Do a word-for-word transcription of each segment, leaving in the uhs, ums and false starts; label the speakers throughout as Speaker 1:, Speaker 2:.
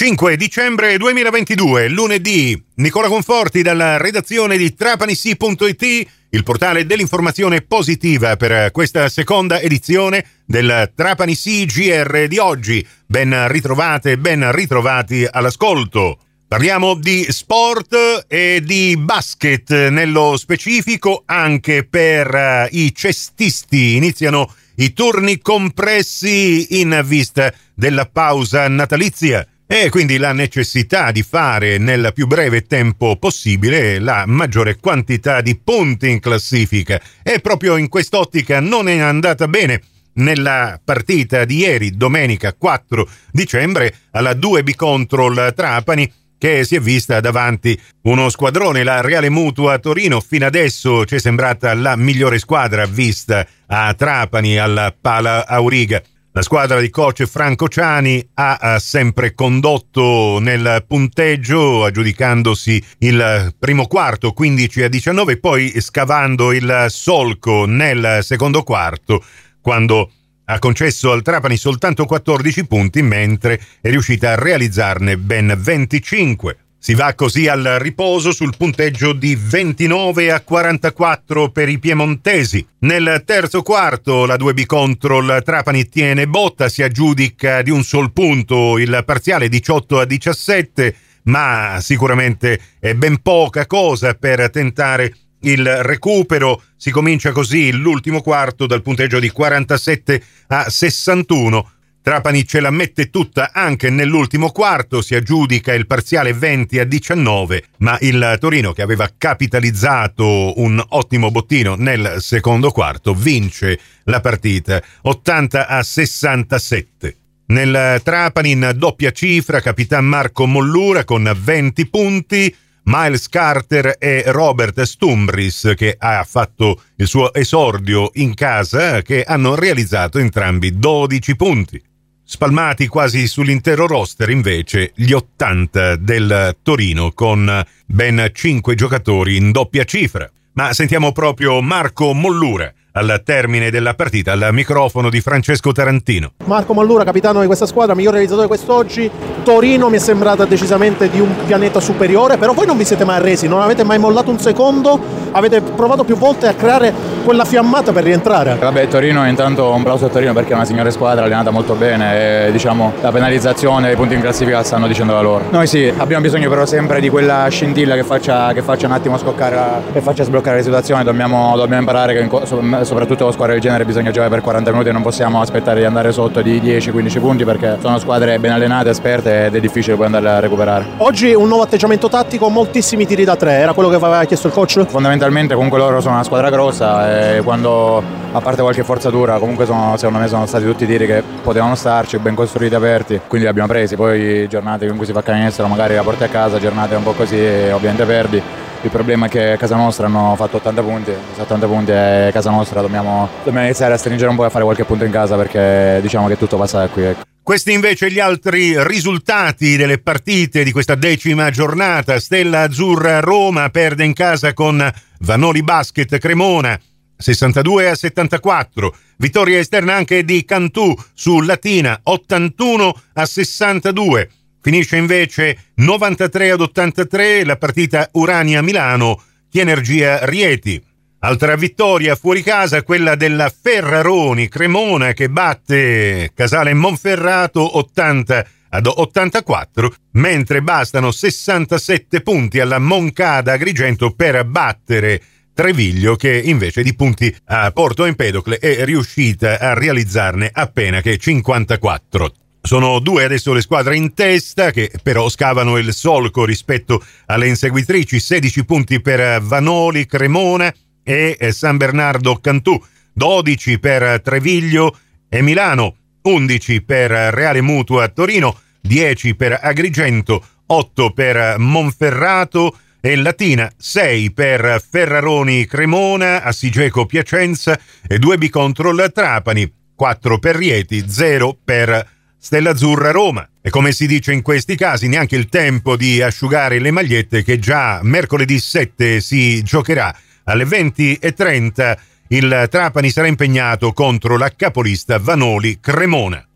Speaker 1: cinque dicembre duemilaventidue, lunedì. Nicola Conforti dalla redazione di Trapanissi punto it, il portale dell'informazione positiva per questa seconda edizione del Trapanissi G R di oggi. Ben ritrovate, ben ritrovati all'ascolto. Parliamo di sport e di basket nello specifico, anche per uh, i cestisti. Iniziano i turni compressi in vista della pausa natalizia e quindi la necessità di fare nel più breve tempo possibile la maggiore quantità di punti in classifica. E proprio in quest'ottica non è andata bene nella partita di ieri, domenica quattro dicembre, alla due B contro il Trapani, che si è vista davanti uno squadrone, la Reale Mutua Torino. Fino adesso ci è sembrata la migliore squadra vista a Trapani, alla Pala Auriga. La squadra di coach Franco Ciani ha, ha sempre condotto nel punteggio, aggiudicandosi il primo quarto quindici a diciannove, poi scavando il solco nel secondo quarto, quando ha concesso al Trapani soltanto quattordici punti, mentre è riuscita a realizzarne ben venticinque. Si va così al riposo sul punteggio di ventinove a quarantaquattro per i piemontesi. Nel terzo quarto la due B contro il Trapani tiene botta, si aggiudica di un sol punto il parziale diciotto a diciassette, ma sicuramente è ben poca cosa per tentare il recupero. Si comincia così l'ultimo quarto dal punteggio di quarantasette a sessantuno. Trapani ce la mette tutta anche nell'ultimo quarto, si aggiudica il parziale venti a diciannove, ma il Torino, che aveva capitalizzato un ottimo bottino nel secondo quarto, vince la partita ottanta a sessantasette. Nel Trapani in doppia cifra capitan Marco Mollura con venti punti, Miles Carter e Robert Stumbris, che ha fatto il suo esordio in casa, che hanno realizzato entrambi dodici punti. Spalmati quasi sull'intero roster invece gli ottanta del Torino, con ben cinque giocatori in doppia cifra. Ma sentiamo proprio Marco Mollura al termine della partita al microfono di Francesco Tarantino.
Speaker 2: Marco Mollura, capitano di questa squadra, miglior realizzatore quest'oggi. Torino mi è sembrata decisamente di un pianeta superiore, però voi non vi siete mai arresi, non avete mai mollato un secondo, avete provato più volte a creare quella fiammata per rientrare.
Speaker 3: Vabbè, Torino, intanto un plauso a Torino perché è una signora squadra, allenata molto bene e diciamo la penalizzazione dei punti in classifica stanno dicendo la loro. Noi sì, abbiamo bisogno però sempre di quella scintilla che faccia, che faccia un attimo scoccare la, che faccia sbloccare la situazione. Dobbiamo, dobbiamo imparare che in, soprattutto con squadre del genere bisogna giocare per quaranta minuti e non possiamo aspettare di andare sotto di dieci quindici punti, perché sono squadre ben allenate, esperte ed è difficile poi andarle a recuperare.
Speaker 2: Oggi un nuovo atteggiamento tattico, moltissimi tiri da tre, era quello che aveva chiesto il coach?
Speaker 3: Fondamentalmente comunque loro sono una squadra grossa e quando, a parte qualche forzatura, comunque sono, secondo me sono stati tutti tiri che potevano starci, ben costruiti, aperti, quindi li abbiamo presi. Poi giornate in cui si fa canestro magari la porti a casa, giornate un po' così e ovviamente perdi. Il problema è che a casa nostra hanno fatto ottanta punti, ottanta punti e a casa nostra dobbiamo, dobbiamo iniziare a stringere un po' e a fare qualche punto in casa, perché diciamo che tutto passa da qui. Ecco.
Speaker 1: Questi invece gli altri risultati delle partite di questa decima giornata. Stella Azzurra Roma perde in casa con Vanoli Basket Cremona sessantadue a settantaquattro. Vittoria esterna anche di Cantù su Latina ottantuno a sessantadue. Finisce invece novantatré ad ottantatré la partita Urania Milano Chienergia Rieti. Altra vittoria fuori casa, quella della Ferraroni Cremona, che batte Casale Monferrato ottanta ad ottantaquattro, mentre bastano sessantasette punti alla Moncada Agrigento per battere Treviglio, che invece di punti a Porto Empedocle è riuscita a realizzarne appena che cinquantaquattro. Sono due adesso le squadre in testa, che però scavano il solco rispetto alle inseguitrici. sedici punti per Vanoli Cremona e San Bernardo Cantù, dodici per Treviglio e Milano, undici per Reale Mutua Torino, dieci per Agrigento, otto per Monferrato e Latina, sei per Ferraroni Cremona, Assigeco Piacenza e due B contro il Trapani, quattro per Rieti, zero per Stella Azzurra Roma. E come si dice in questi casi, neanche il tempo di asciugare le magliette, che già mercoledì sette si giocherà alle venti e trenta. Il Trapani sarà impegnato contro la capolista Vanoli Cremona.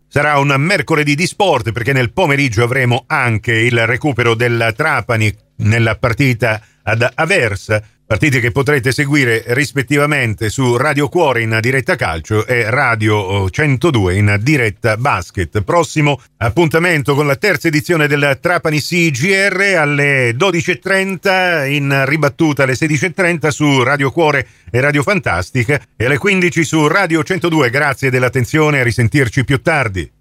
Speaker 1: sarà un mercoledì di sport, perché nel pomeriggio avremo anche il recupero del Trapani nella partita ad Aversa, partite che potrete seguire rispettivamente su Radio Cuore in diretta calcio e Radio centodue in diretta basket. Prossimo appuntamento con la terza edizione del Trapani C G R alle dodici e trenta, in ribattuta alle sedici e trenta su Radio Cuore e Radio Fantastica, e alle quindici su Radio centodue. Grazie dell'attenzione, a risentirci più tardi.